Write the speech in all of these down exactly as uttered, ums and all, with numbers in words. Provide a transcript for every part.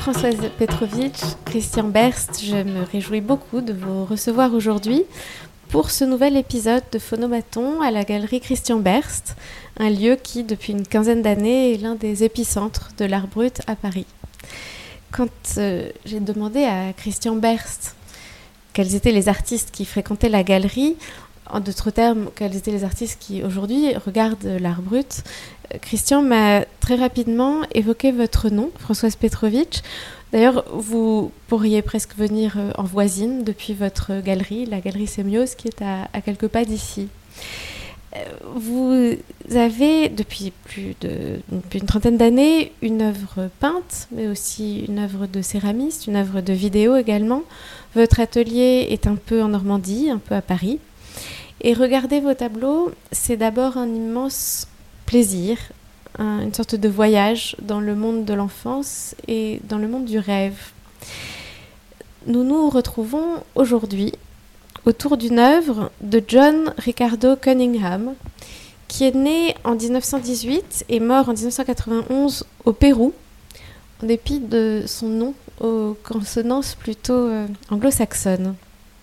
Françoise Petrovitch, Christian Berst, je me réjouis beaucoup de vous recevoir aujourd'hui pour ce nouvel épisode de Phonomaton à la galerie Christian Berst, un lieu qui, depuis une quinzaine d'années, est l'un des épicentres de l'art brut à Paris. Quand euh, j'ai demandé à Christian Berst quels étaient les artistes qui fréquentaient la galerie, en d'autres termes, quels étaient les artistes qui aujourd'hui regardent l'art brut, Christian m'a très rapidement évoqué votre nom, Françoise Petrovitch. D'ailleurs, vous pourriez presque venir en voisine depuis votre galerie, la galerie Sémios, qui est à, à quelques pas d'ici. Vous avez, depuis plus de, depuis une trentaine d'années, une œuvre peinte, mais aussi une œuvre de céramiste, une œuvre de vidéo également. Votre atelier est un peu en Normandie, un peu à Paris. Et regarder vos tableaux, c'est d'abord un immense plaisir, un, une sorte de voyage dans le monde de l'enfance et dans le monde du rêve. Nous nous retrouvons aujourd'hui autour d'une œuvre de John Ricardo Cunningham, qui est né en dix-neuf cent dix-huit et mort en dix-neuf cent quatre-vingt-onze au Pérou, en dépit de son nom aux consonances plutôt euh, anglo-saxonnes.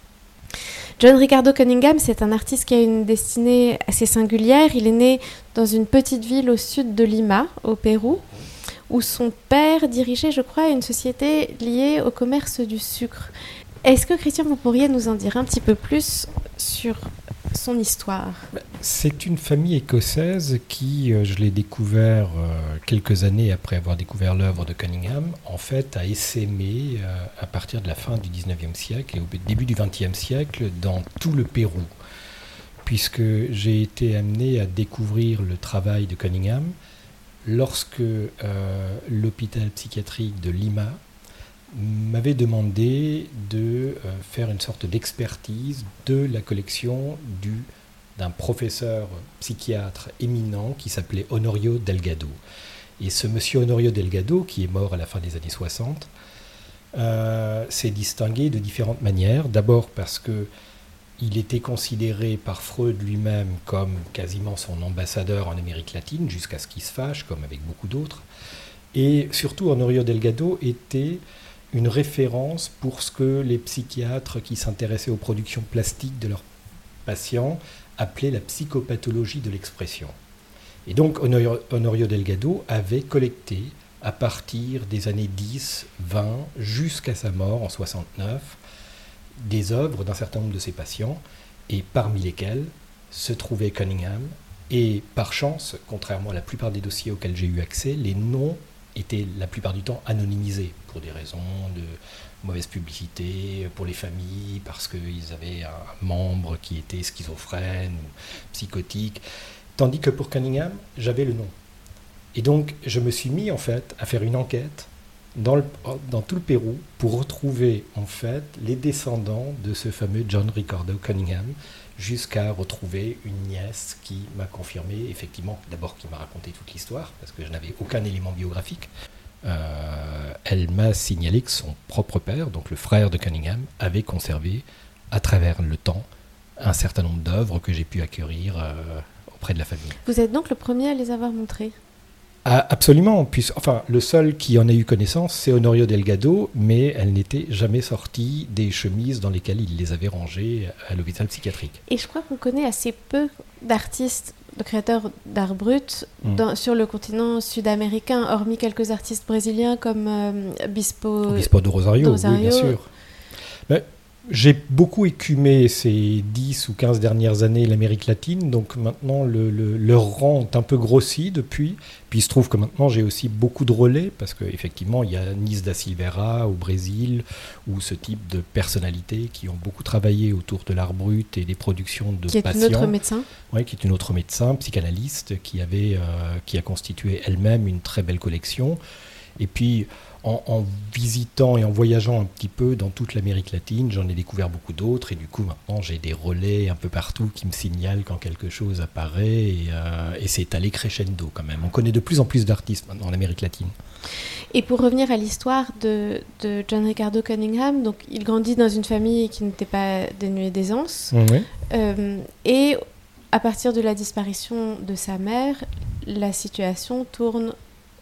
John Ricardo Cunningham, c'est un artiste qui a une destinée assez singulière. Il est né dans une petite ville au sud de Lima, au Pérou, où son père dirigeait, je crois, une société liée au commerce du sucre. Est-ce que, Christian, vous pourriez nous en dire un petit peu plus sur son histoire ? C'est une famille écossaise qui, je l'ai découvert quelques années après avoir découvert l'œuvre de Cunningham, en fait a essaimé à partir de la fin du dix-neuvième siècle et au début du vingtième siècle dans tout le Pérou, puisque j'ai été amené à découvrir le travail de Cunningham lorsque euh, l'hôpital psychiatrique de Lima m'avait demandé de euh, faire une sorte d'expertise de la collection du, d'un professeur psychiatre éminent qui s'appelait Honorio Delgado. Et ce monsieur Honorio Delgado, qui est mort à la fin des années soixante, euh, s'est distingué de différentes manières. D'abord parce qu'il était considéré par Freud lui-même comme quasiment son ambassadeur en Amérique latine, jusqu'à ce qu'il se fâche, comme avec beaucoup d'autres. Et surtout, Honorio Delgado était une référence pour ce que les psychiatres qui s'intéressaient aux productions plastiques de leurs patients appelaient la psychopathologie de l'expression. Et donc Honorio, Honorio Delgado avait collecté, à partir des années dix, vingt, jusqu'à sa mort en soixante-neuf, des œuvres d'un certain nombre de ses patients, et parmi lesquels se trouvait Cunningham. Et par chance, contrairement à la plupart des dossiers auxquels j'ai eu accès, les noms étaient la plupart du temps anonymisés pour des raisons de mauvaise publicité, pour les familles, parce qu'ils avaient un membre qui était schizophrène ou psychotique. Tandis que pour Cunningham, j'avais le nom. Et donc, je me suis mis en fait à faire une enquête dans, le, dans tout le Pérou pour retrouver en fait les descendants de ce fameux John Ricardo Cunningham, jusqu'à retrouver une nièce qui m'a confirmé, effectivement, d'abord qui m'a raconté toute l'histoire, parce que je n'avais aucun élément biographique. Euh, elle m'a signalé que son propre père, donc le frère de Cunningham, avait conservé, à travers le temps, un certain nombre d'œuvres que j'ai pu acquérir euh, auprès de la famille. Vous êtes donc le premier à les avoir montrées ? Ah, absolument. Puis, enfin, le seul qui en a eu connaissance, c'est Honorio Delgado, mais elle n'était jamais sortie des chemises dans lesquelles il les avait rangées à l'hôpital psychiatrique. Et je crois qu'on connaît assez peu d'artistes, de créateurs d'art brut mmh. dans, sur le continent sud-américain, hormis quelques artistes brésiliens comme euh, Bispo... Bispo do Rosario, Rosario, oui, bien sûr. Mais j'ai beaucoup écumé ces dix ou quinze dernières années l'Amérique latine, donc maintenant le, le, le rang est un peu grossi depuis. Puis il se trouve que maintenant j'ai aussi beaucoup de relais, parce qu'effectivement il y a Nis da Silveira au Brésil, ou ce type de personnalités qui ont beaucoup travaillé autour de l'art brut et des productions de qui patients. Qui est une autre médecin. Oui, qui est une autre médecin, psychanalyste, qui, avait, euh, qui a constitué elle-même une très belle collection. Et puis, en, en visitant et en voyageant un petit peu dans toute l'Amérique latine, j'en ai découvert beaucoup d'autres. Et du coup, maintenant, j'ai des relais un peu partout qui me signalent quand quelque chose apparaît. Et, euh, et c'est allé crescendo quand même. On connaît de plus en plus d'artistes maintenant en Amérique latine. Et pour revenir à l'histoire de, de John Ricardo Cunningham, donc, il grandit dans une famille qui n'était pas dénuée d'aisance. Oui. Euh, et à partir de la disparition de sa mère, la situation tourne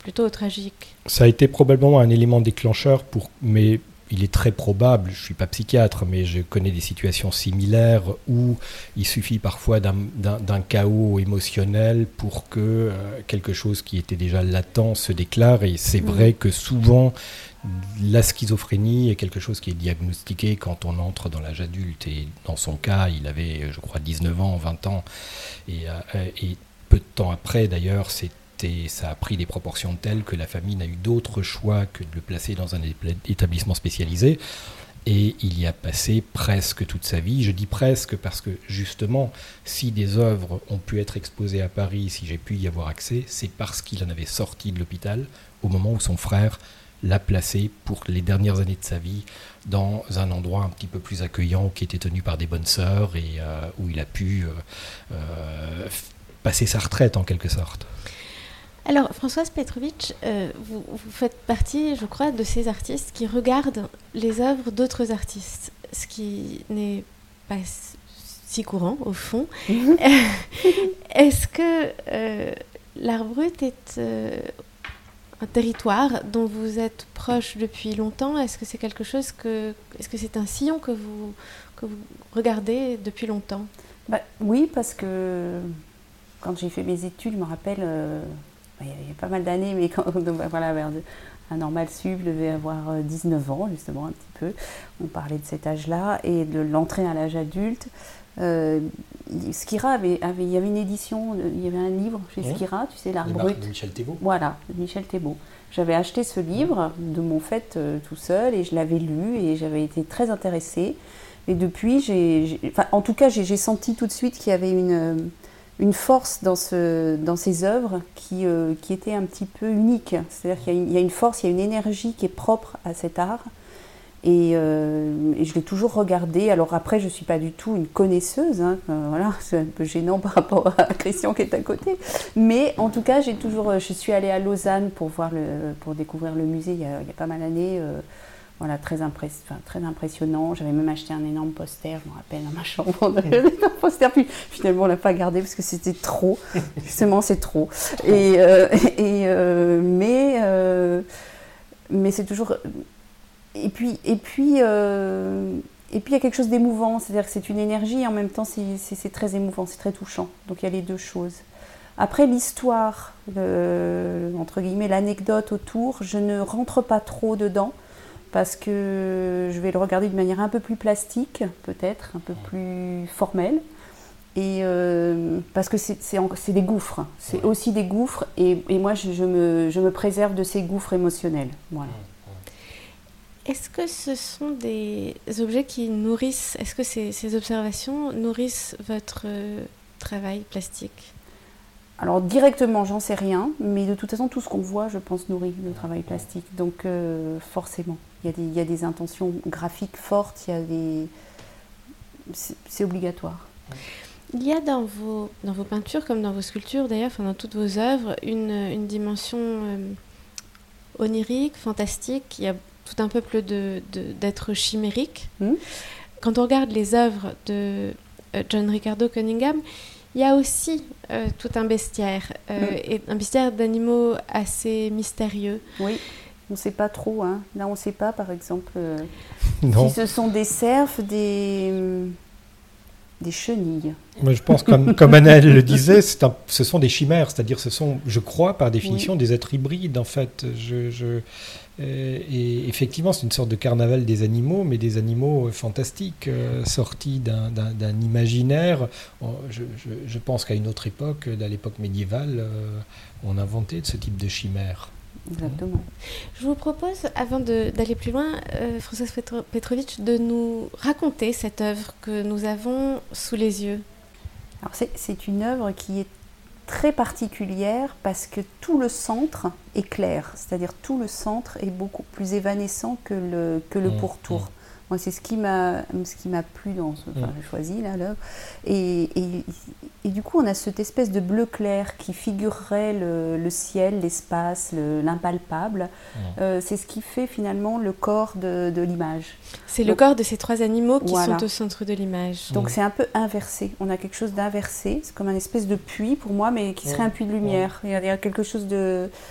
plutôt au tragique. Ça a été probablement un élément déclencheur, pour, mais il est très probable, je ne suis pas psychiatre, mais je connais des situations similaires où il suffit parfois d'un, d'un, d'un chaos émotionnel pour que euh, quelque chose qui était déjà latent se déclare. Et c'est mmh. vrai que souvent, la schizophrénie est quelque chose qui est diagnostiqué quand on entre dans l'âge adulte. Et dans son cas, il avait, je crois, dix-neuf ans, vingt ans. Et, euh, et peu de temps après, d'ailleurs, c'est et ça a pris des proportions telles que la famille n'a eu d'autre choix que de le placer dans un établissement spécialisé. Et il y a passé presque toute sa vie. Je dis presque parce que, justement, si des œuvres ont pu être exposées à Paris, si j'ai pu y avoir accès, c'est parce qu'il en avait sorti de l'hôpital au moment où son frère l'a placé pour les dernières années de sa vie dans un endroit un petit peu plus accueillant qui était tenu par des bonnes sœurs et euh, où il a pu euh, euh, passer sa retraite en quelque sorte. Alors, Françoise Petrovitch, euh, vous, vous faites partie, je crois, de ces artistes qui regardent les œuvres d'autres artistes, ce qui n'est pas si courant, au fond. Mm-hmm. Est-ce que euh, l'art brut est euh, un territoire dont vous êtes proche depuis longtemps ? Est-ce que c'est quelque chose que... Est-ce que c'est un sillon que vous, que vous regardez depuis longtemps ? Bah, oui, parce que quand j'ai fait mes études, je me rappelle... Euh... Il y a pas mal d'années, mais quand, voilà, vers un normal sup, je devais avoir dix-neuf ans, justement, un petit peu. On parlait de cet âge-là et de l'entrée à l'âge adulte. Euh, Skira avait, avait, il y avait une édition, il y avait un livre chez mmh. Skira, tu sais, l'art Le brut. De Michel Thébault. Voilà, de Michel Thébault. J'avais acheté ce livre de mon fait euh, tout seul et je l'avais lu et j'avais été très intéressée. Et depuis, j'ai, j'ai, enfin, en tout cas, j'ai, j'ai senti tout de suite qu'il y avait une... Euh, une force dans, ce, dans ces œuvres qui, euh, qui était un petit peu unique. C'est-à-dire qu'il y a, une, il y a une force, il y a une énergie qui est propre à cet art. Et, euh, et je l'ai toujours regardé. Alors après, je ne suis pas du tout une connaisseuse. Hein. Euh, voilà, c'est un peu gênant par rapport à Christian qui est à côté. Mais en tout cas, j'ai toujours, je suis allée à Lausanne pour, voir le, pour découvrir le musée il y a, il y a pas mal d'années. Euh, Voilà, très, impress... enfin, très impressionnant. J'avais même acheté un énorme poster, je me rappelle, dans ma chambre. un poster, puis finalement, on ne l'a pas gardé parce que c'était trop. Justement, c'est trop. Et, euh, et, euh, mais, euh, mais c'est toujours... Et puis, et puis, euh... et puis, il y a quelque chose d'émouvant. C'est-à-dire que c'est une énergie et en même temps, c'est, c'est, c'est très émouvant, c'est très touchant. Donc, il y a les deux choses. Après, l'histoire, le... entre guillemets, l'anecdote autour, je ne rentre pas trop dedans. Parce que je vais le regarder de manière un peu plus plastique, peut-être, un peu plus formelle. Et euh, parce que c'est, c'est, c'est des gouffres, c'est aussi des gouffres. Et, et moi, je, je, me, je me préserve de ces gouffres émotionnels. Voilà. Est-ce que ce sont des objets qui nourrissent, est-ce que ces, ces observations nourrissent votre euh, travail plastique ? Alors directement, j'en sais rien, mais de toute façon, tout ce qu'on voit, je pense, nourrit le travail plastique. Donc euh, forcément, il y a des, il y a des intentions graphiques fortes, il y a des... c'est, c'est obligatoire. Il y a dans vos, dans vos peintures, comme dans vos sculptures d'ailleurs, enfin dans toutes vos œuvres, une, une dimension euh, onirique, fantastique. Il y a tout un peuple de, de, d'êtres chimériques. Mmh. Quand on regarde les œuvres de euh, John Ricardo Cunningham, il y a aussi euh, tout un bestiaire, euh, mmh. et un bestiaire d'animaux assez mystérieux. Oui, on ne sait pas trop. Hein. Là, on ne sait pas, par exemple, euh, si ce sont des cerfs, des, des chenilles. Moi, je pense, comme, comme Anaëlle le disait, c'est un, ce sont des chimères, c'est-à-dire ce sont, je crois, par définition, oui. des êtres hybrides, en fait. Je... je... Et effectivement, c'est une sorte de carnaval des animaux, mais des animaux fantastiques, euh, sortis d'un, d'un, d'un imaginaire. Je, je, je pense qu'à une autre époque, à l'époque médiévale, euh, on inventait ce type de chimères. Exactement. Je vous propose, avant de, d'aller plus loin, euh, Françoise Petro- Petrovitch, de nous raconter cette œuvre que nous avons sous les yeux. Alors c'est, c'est une œuvre qui est très particulière parce que tout le centre est clair, c'est-à-dire tout le centre est beaucoup plus évanescent que le, que le mmh, pourtour. Mmh. Moi, c'est ce qui m'a, ce qui m'a plu dans ce, enfin, j'ai choisi là l'œuvre. Et, et, et du coup, on a cette espèce de bleu clair qui figurerait le, le ciel, l'espace, le, l'impalpable. Mmh. Euh, c'est ce qui fait finalement le corps de, de l'image. C'est Donc, le corps de ces trois animaux qui voilà. sont au centre de l'image. Donc mmh. c'est un peu inversé. On a quelque chose d'inversé. C'est comme un espèce de puits pour moi, mais qui serait mmh. un puits de lumière. Mmh. Il y a quelque chose de...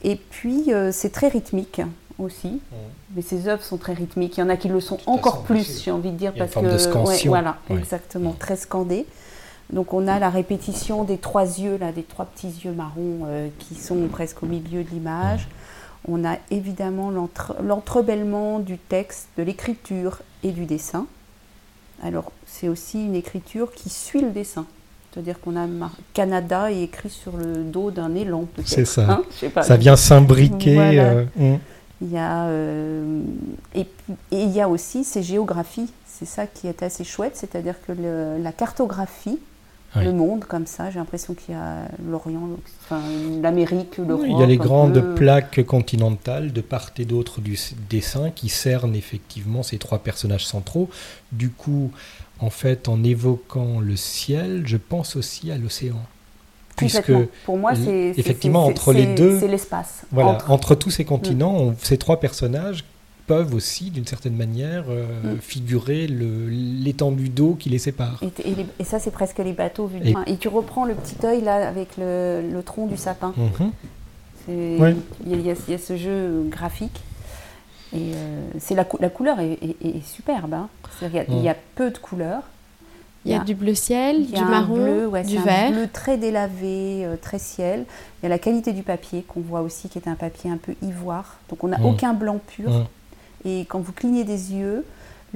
Et puis, euh, c'est très rythmique aussi. Mmh. Mais ces œuvres sont très rythmiques. Il y en a qui le sont encore façon, plus, j'ai envie de dire. Il y a parce une forme que, de scansion. Ouais, voilà, ouais. exactement, mmh. très scandé. Donc, on a la répétition des trois yeux, là, des trois petits yeux marrons euh, qui sont presque au milieu de l'image. Mmh. On a évidemment l'entre- l'entrebellement du texte, de l'écriture et du dessin. Alors, c'est aussi une écriture qui suit le dessin. C'est-à-dire qu'on a mar- Canada est écrit sur le dos d'un élan, peut-être. C'est ça. Hein, je sais pas. Ça vient s'imbriquer. Voilà. Euh, mm. Il y a, euh, et, et il y a aussi ces géographies. C'est ça qui est assez chouette. C'est-à-dire que le, la cartographie, oui. le monde comme ça, j'ai l'impression qu'il y a l'Orient, enfin, l'Amérique, l'Europe. Oui, il y a les grandes peu... plaques continentales de part et d'autre du dessin qui cernent effectivement ces trois personnages centraux. Du coup, en fait, en évoquant le ciel, je pense aussi à l'océan. Puisque, pour moi, c'est, effectivement, c'est, entre c'est, les c'est, deux, c'est l'espace. Voilà, entre, entre tous ces continents, on, ces trois personnages peuvent aussi, d'une certaine manière, euh, mm. figurer le, l'étendue d'eau qui les sépare. Et, et, les, et ça, c'est presque les bateaux vus de loin. Et tu reprends le petit œil là avec le, le tronc du sapin. Mm-hmm. C'est, ouais. il, y a, il y a ce jeu graphique. Et euh, c'est la, la couleur est, est, est superbe. Hein. Il, y a, mm. il y a peu de couleurs. Il y a, il y a du bleu ciel, du marron, bleu, ouais, du c'est vert. Un bleu très délavé, euh, très ciel. Il y a la qualité du papier qu'on voit aussi, qui est un papier un peu ivoire. Donc on n'a mmh. aucun blanc pur. Mmh. Et quand vous clignez des yeux,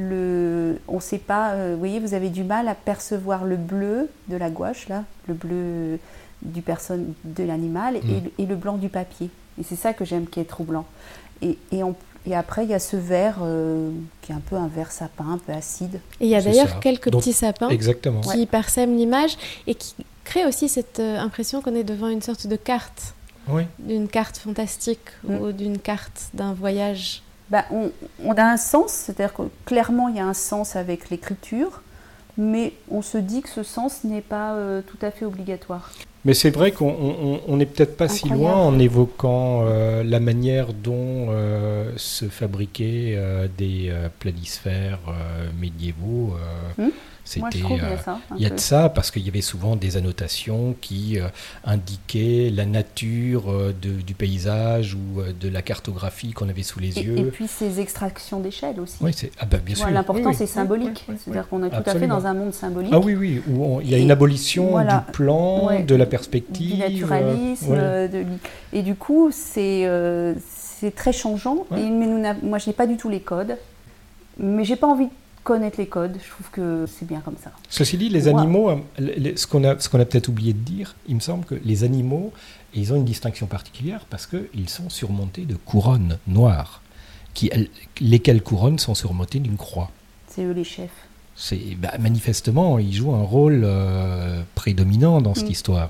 le, on ne sait pas. Euh, vous voyez, vous avez du mal à percevoir le bleu de la gouache là, le bleu du personne, de l'animal mmh. et, et le blanc du papier. Et c'est ça que j'aime, qui est troublant. Et, et en Et après, il y a ce vert euh, qui est un peu un vert sapin, un peu acide. Et il y a c'est d'ailleurs ça. quelques Donc, petits sapins exactement. qui ouais. parsèment l'image et qui créent aussi cette euh, impression qu'on est devant une sorte de carte, oui. d'une carte fantastique mmh. ou d'une carte d'un voyage. Bah, on, on a un sens, c'est-à-dire que clairement, il y a un sens avec l'écriture, mais on se dit que ce sens n'est pas euh, tout à fait obligatoire. Mais c'est vrai qu'on n'est peut-être pas Incroyable. si loin en évoquant euh, la manière dont euh, se fabriquaient euh, des euh, planisphères euh, médiévaux. Euh, mmh. C'était, Moi, je trouve qu'il y a ça. Il y a de ça, parce qu'il y avait souvent des annotations qui euh, indiquaient la nature euh, de, du paysage ou euh, de la cartographie qu'on avait sous les et, yeux. Et puis ces extractions d'échelle aussi. Oui, c'est, ah ben, bien sûr. L'important, oui, c'est oui, symbolique. oui, oui, C'est-à-dire oui, qu'on est tout absolument. à fait dans un monde symbolique. Ah oui, oui, où il y a une abolition voilà, du plan, ouais, de la perspective. Du naturalisme. Euh, ouais. de, et du coup, c'est, euh, c'est très changeant. Ouais. Et, mais nous moi, je n'ai pas du tout les codes, mais je n'ai pas envie de connaître les codes, je trouve que c'est bien comme ça. Ceci dit, les wow. animaux, les, ce, qu'on a, ce qu'on a peut-être oublié de dire, il me semble que les animaux, ils ont une distinction particulière parce qu'ils sont surmontés de couronnes noires, qui, lesquelles couronnes sont surmontées d'une croix. C'est eux les chefs. C'est, bah, manifestement, ils jouent un rôle euh, prédominant dans cette mmh. histoire.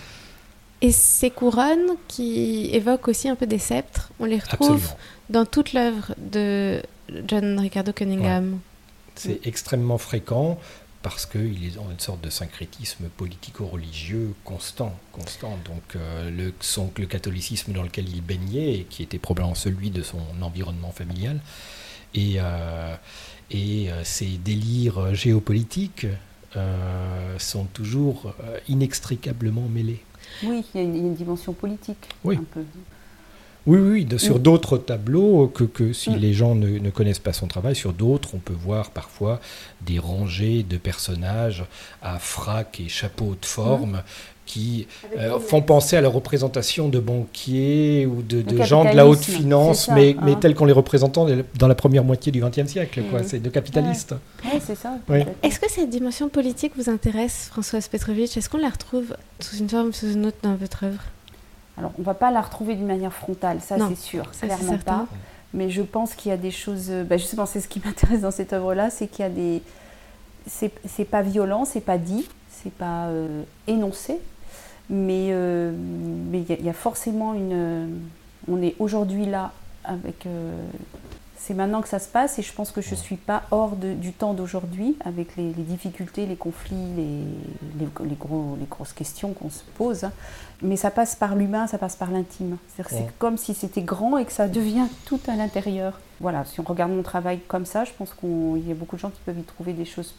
Et ces couronnes qui évoquent aussi un peu des sceptres, on les retrouve Absolument. Dans toute l'œuvre de John Ricardo Cunningham. Ouais. C'est extrêmement fréquent parce qu'ils ont une sorte de syncrétisme politico-religieux constant. constant. Donc euh, le, son, le catholicisme dans lequel il baignait, et qui était probablement celui de son environnement familial, et, euh, et euh, ces délires géopolitiques euh, sont toujours euh, inextricablement mêlés. Oui, il y a une, une dimension politique. Oui. Un peu. Oui, oui, de, sur mmh. d'autres tableaux, que, que si mmh. les gens ne, ne connaissent pas son travail, sur d'autres, on peut voir parfois des rangées de personnages à frac et chapeau de forme mmh. qui euh, font penser à la représentation de banquiers ou de, de gens de la haute finance, ça, mais, hein. mais tels qu'on les représentait dans la première moitié du vingtième siècle, mmh. quoi. C'est de capitalistes. Oui, ouais, c'est ça. Oui. Est-ce que cette dimension politique vous intéresse, Françoise Petrovitch ? Est-ce qu'on la retrouve sous une forme ou sous une autre dans votre œuvre ? Alors, on ne va pas la retrouver d'une manière frontale, ça non, c'est sûr, ça, clairement c'est pas. Mais je pense qu'il y a des choses... Bah justement, c'est ce qui m'intéresse dans cette œuvre-là, c'est qu'il y a des... C'est, c'est pas violent, c'est pas dit, c'est pas euh, énoncé, mais euh, mais il y, y a forcément une... On est aujourd'hui là avec... Euh, c'est maintenant que ça se passe et je pense que je ne suis pas hors de, du temps d'aujourd'hui avec les, les difficultés, les conflits, les, les, les, gros, les grosses questions qu'on se pose. Mais ça passe par l'humain, ça passe par l'intime. C'est-à-dire ouais. c'est comme si c'était grand et que ça devient tout à l'intérieur. Voilà, si on regarde mon travail comme ça, je pense qu'il y a beaucoup de gens qui peuvent y trouver des choses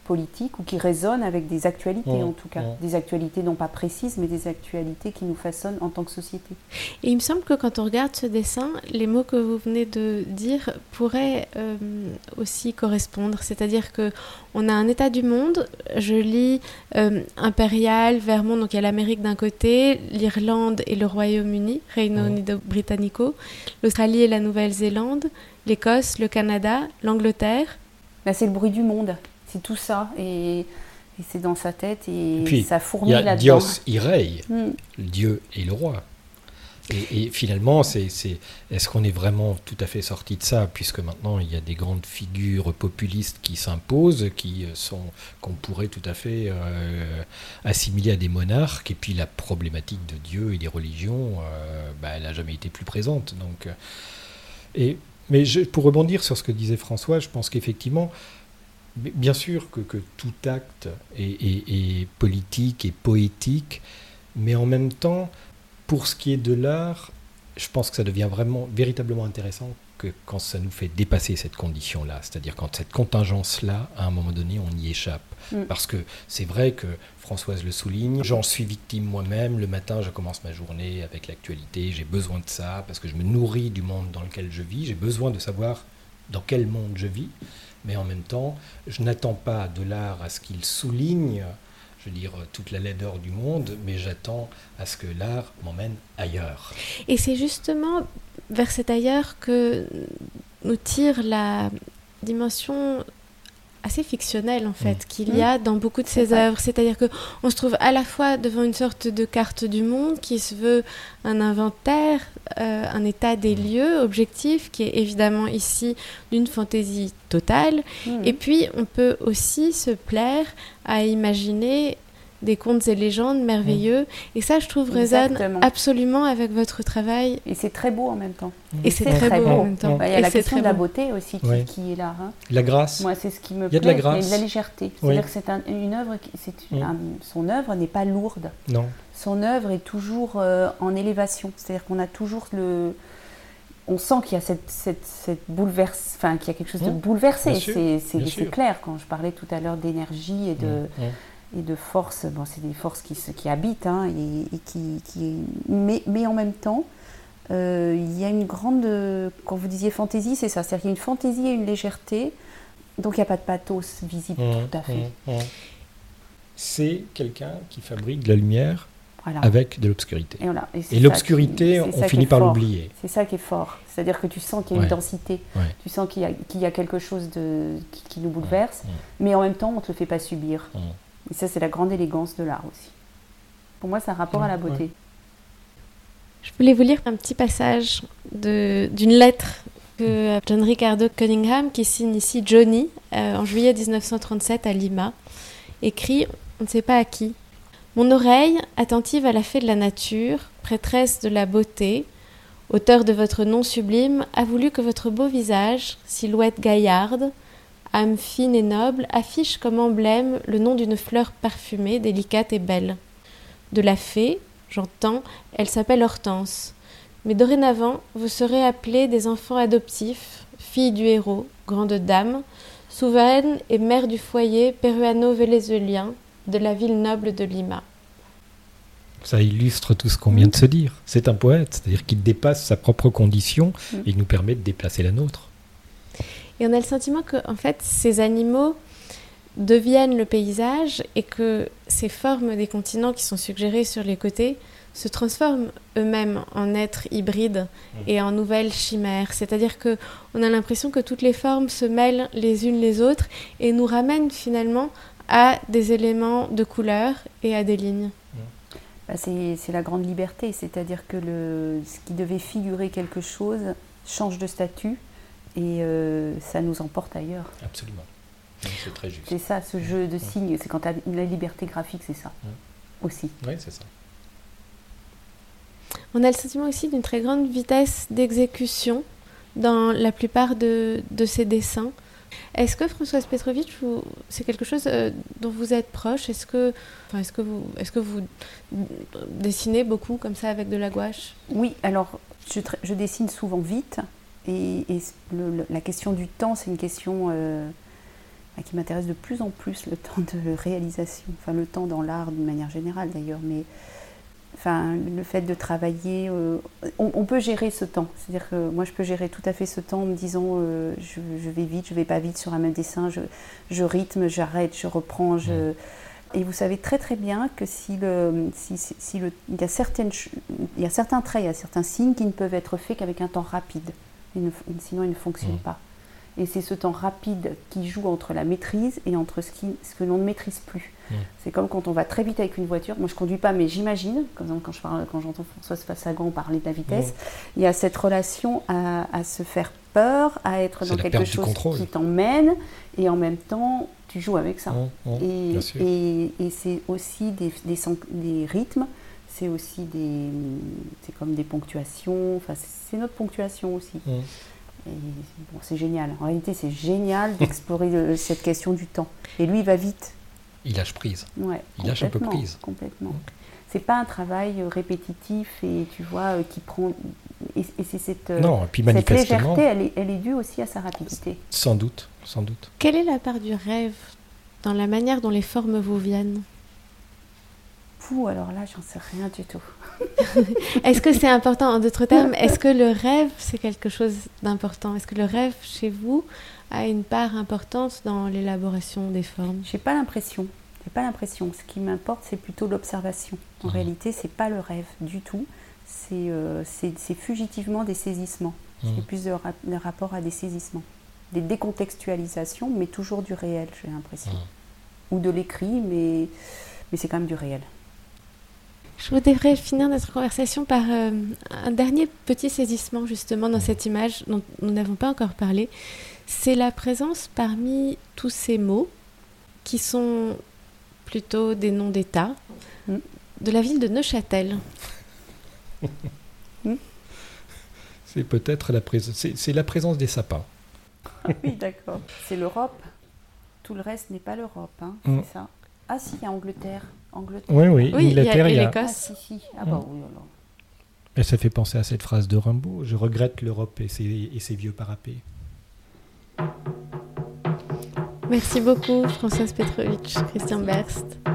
politiques ou qui résonnent avec des actualités Mmh, en tout cas. mmh. Des actualités non pas précises, mais des actualités qui nous façonnent en tant que société. Et il me semble que quand on regarde ce dessin, les mots que vous venez de dire pourraient euh, aussi correspondre. C'est-à-dire qu'on a un état du monde, je lis euh, impérial, Vermont, donc il y a l'Amérique d'un côté, l'Irlande et le Royaume-Uni, Reino Mmh. Unido Britannico, l'Australie et la Nouvelle-Zélande, l'Écosse, le Canada, l'Angleterre. Là, c'est le bruit du monde, c'est tout ça. Et, et c'est dans sa tête et, Et puis, ça Il fourmille y a là-dedans. Dios Irei, Mm. le Dieu et le roi. Et, et finalement, c'est, c'est, est-ce qu'on est vraiment tout à fait sorti de ça, puisque maintenant il y a des grandes figures populistes qui s'imposent, qui sont, qu'on pourrait tout à fait euh, assimiler à des monarques, et puis la problématique de Dieu et des religions, euh, bah, elle n'a jamais été plus présente. Donc, euh, et, mais je, pour rebondir sur ce que disait François, je pense qu'effectivement, bien sûr que, que tout acte est, est- est politique et poétique, mais en même temps, pour ce qui est de l'art, je pense que ça devient vraiment, véritablement intéressant que quand ça nous fait dépasser cette condition-là, c'est-à-dire quand cette contingence-là, à un moment donné, on y échappe. Mm. Parce que c'est vrai que Françoise le souligne, j'en suis victime moi-même, le matin je commence ma journée avec l'actualité, j'ai besoin de ça, parce que je me nourris du monde dans lequel je vis, j'ai besoin de savoir dans quel monde je vis, mais en même temps, je n'attends pas de l'art à ce qu'il souligne, je veux dire, toute la laideur du monde, mais j'attends à ce que l'art m'emmène ailleurs. Et c'est justement vers cet ailleurs que nous tire la dimension assez fictionnelle en fait, Mmh. qu'il y a dans beaucoup de C'est ses vrai. œuvres. C'est-à-dire qu'on se trouve à la fois devant une sorte de carte du monde qui se veut un inventaire, euh, un état des lieux objectif, qui est évidemment ici d'une fantaisie totale. Mm. Et puis on peut aussi se plaire à imaginer des contes et légendes merveilleux. Et ça, je trouve, résonne Exactement. absolument avec votre travail. Et c'est très beau en même temps. Et c'est C'est très, très beau, beau. en même temps. Bah, il y a Et la c'est question très de la beau. beauté aussi qui, Ouais. qui est là. Hein. La grâce. Moi, c'est ce qui me Il y a de la plaît. grâce. Et de la légèreté. Oui. C'est-à-dire que c'est un- une œuvre, qui- c'est une- Mm. un- son œuvre n'est pas lourde. Non. Son œuvre est toujours euh, en élévation. C'est-à-dire qu'on a toujours le... On sent qu'il y a cette, cette, cette bouleverse... enfin, qu'il y a quelque chose de Mm. bouleversé. Bien sûr, C'est, c'est, bien c'est sûr. clair. Quand je parlais tout à l'heure d'énergie et de... Mmh, mmh. et de force, bon, c'est des forces qui, se- qui habitent, hein, et, et qui, qui- mais, mais en même temps, euh, il y a une grande, quand vous disiez fantaisie, c'est ça, c'est-à-dire qu'il y a une fantaisie et une légèreté, donc il n'y a pas de pathos visible, Mmh, tout à fait. mmh, mmh. C'est quelqu'un qui fabrique de la lumière Voilà. avec de l'obscurité. Et, voilà. Et, c'est Et ça l'obscurité, qui- on c'est ça qui finit est par fort. l'oublier. C'est ça qui est fort, c'est-à-dire que tu sens qu'il y a Ouais. une densité, Ouais. tu sens qu'il y a, qu'il y a quelque chose de, qui, qui nous bouleverse, Mmh. mais en même temps, on ne te le fait pas subir. Mmh. Et ça, c'est la grande élégance de l'art aussi. Pour moi, c'est un rapport à la beauté. Ouais. Je voulais vous lire un petit passage de, d'une lettre que John Ricardo Cunningham, qui signe ici Johnny, euh, en juillet dix-neuf cent trente-sept à Lima, écrit, on ne sait pas à qui. Mon oreille, attentive à la fée de la nature, prêtresse de la beauté, auteur de votre nom sublime, a voulu que votre beau visage, silhouette gaillarde, âme fine et noble, affiche comme emblème le nom d'une fleur parfumée, délicate et belle. De la fée, j'entends, elle s'appelle Hortense. Mais dorénavant, vous serez appelés des enfants adoptifs, filles du héros, grande dame, souveraine et mère du foyer péruano-vénézuélien de la ville noble de Lima. Ça illustre tout ce qu'on vient de se dire. C'est un poète, c'est-à-dire qu'il dépasse sa propre condition Mmh. et il nous permet de déplacer la nôtre. Et on a le sentiment que, en fait, ces animaux deviennent le paysage et que ces formes des continents qui sont suggérées sur les côtés se transforment eux-mêmes en êtres hybrides et en nouvelles chimères. C'est-à-dire que on a l'impression que toutes les formes se mêlent les unes les autres et nous ramènent finalement à des éléments de couleur et à des lignes. Bah, c'est, c'est la grande liberté, c'est-à-dire que le, ce qui devait figurer quelque chose change de statut et euh, ça nous emporte ailleurs. Absolument. C'est très juste. C'est ça, ce jeu de signes, c'est quand tu as la liberté graphique, c'est ça Mm. aussi. Oui, c'est ça. On a le sentiment aussi d'une très grande vitesse d'exécution dans la plupart de, de ces dessins. Est-ce que Françoise Petrovitch, vous, c'est quelque chose euh, dont vous êtes proche ? Est-ce que, enfin, est-ce que vous, est-ce que vous dessinez beaucoup comme ça avec de la gouache ? Oui, alors je, tra- je dessine souvent vite et, et le- le- la question du temps, c'est une question euh, qui m'intéresse de plus en plus, le temps de réalisation, enfin le temps dans l'art d'une manière générale d'ailleurs, mais enfin, le fait de travailler, euh, on, on peut gérer ce temps, c'est-à-dire que moi je peux gérer tout à fait ce temps en me disant euh, je, je vais vite, je vais pas vite sur un même dessin, je, je rythme, j'arrête, je reprends, je... Et vous savez très très bien que si le, si, si, si le, il, y a certaines, il y a certains traits, il y a certains signes qui ne peuvent être faits qu'avec un temps rapide, ils ne, sinon ils ne fonctionnent mmh. pas. Et c'est ce temps rapide qui joue entre la maîtrise et entre ce, qui, ce que l'on ne maîtrise plus. Mmh. C'est comme quand on va très vite avec une voiture. Moi, je ne conduis pas, mais j'imagine, quand, quand, je parle, quand j'entends Françoise Fassagan parler de la vitesse, mmh. il y a cette relation à, à se faire peur, à être c'est dans quelque chose qui t'emmène, et en même temps, tu joues avec ça. Mmh. Mmh. Et, et, et c'est aussi des, des, des rythmes, c'est aussi des... C'est comme des ponctuations, enfin, c'est notre ponctuation aussi. Mmh. Et bon, c'est génial. En réalité, c'est génial d'explorer le, cette question du temps. Et lui, il va vite. Il lâche prise. Ouais, il lâche un peu prise. Complètement. C'est pas un travail répétitif et tu vois qui prend. Et, et c'est cette. Non, et puis cette légèreté, elle est, elle est due aussi à sa rapidité. Sans doute, sans doute. Quelle est la part du rêve dans la manière dont les formes vous viennent ? Fou, alors là, j'en sais rien du tout. Est-ce que c'est important, en d'autres termes, est-ce que le rêve, c'est quelque chose d'important ? Est-ce que le rêve, chez vous, a une part importante dans l'élaboration des formes ? J'ai pas l'impression. J'ai pas l'impression. Ce qui m'importe, c'est plutôt l'observation. En mmh. réalité, c'est pas le rêve du tout. C'est, euh, c'est, c'est fugitivement des saisissements. Mmh. C'est plus de, ra- de rapport à des saisissements. Des décontextualisations, mais toujours du réel, j'ai l'impression. Mmh. Ou de l'écrit, mais, mais c'est quand même du réel. Je voudrais finir notre conversation par euh, un dernier petit saisissement justement dans cette image dont nous n'avons pas encore parlé. C'est la présence parmi tous ces mots qui sont plutôt des noms d'État mm. de la ville de Neuchâtel. mm. C'est peut-être la présence, c'est, c'est la présence des sapins. Oui, d'accord. C'est l'Europe. Tout le reste n'est pas l'Europe, hein, mm. c'est ça. Ah si, il y a Angleterre. Angleterre. Oui, oui, oui, Angleterre, il y a, il y a... l'Écosse. Ah, si, si. Ah, bah, oui, alors. Et ça fait penser à cette phrase de Rimbaud, je regrette l'Europe et ses, et ses vieux parapets. Merci beaucoup, Françoise Petrovitch, Christian Berst.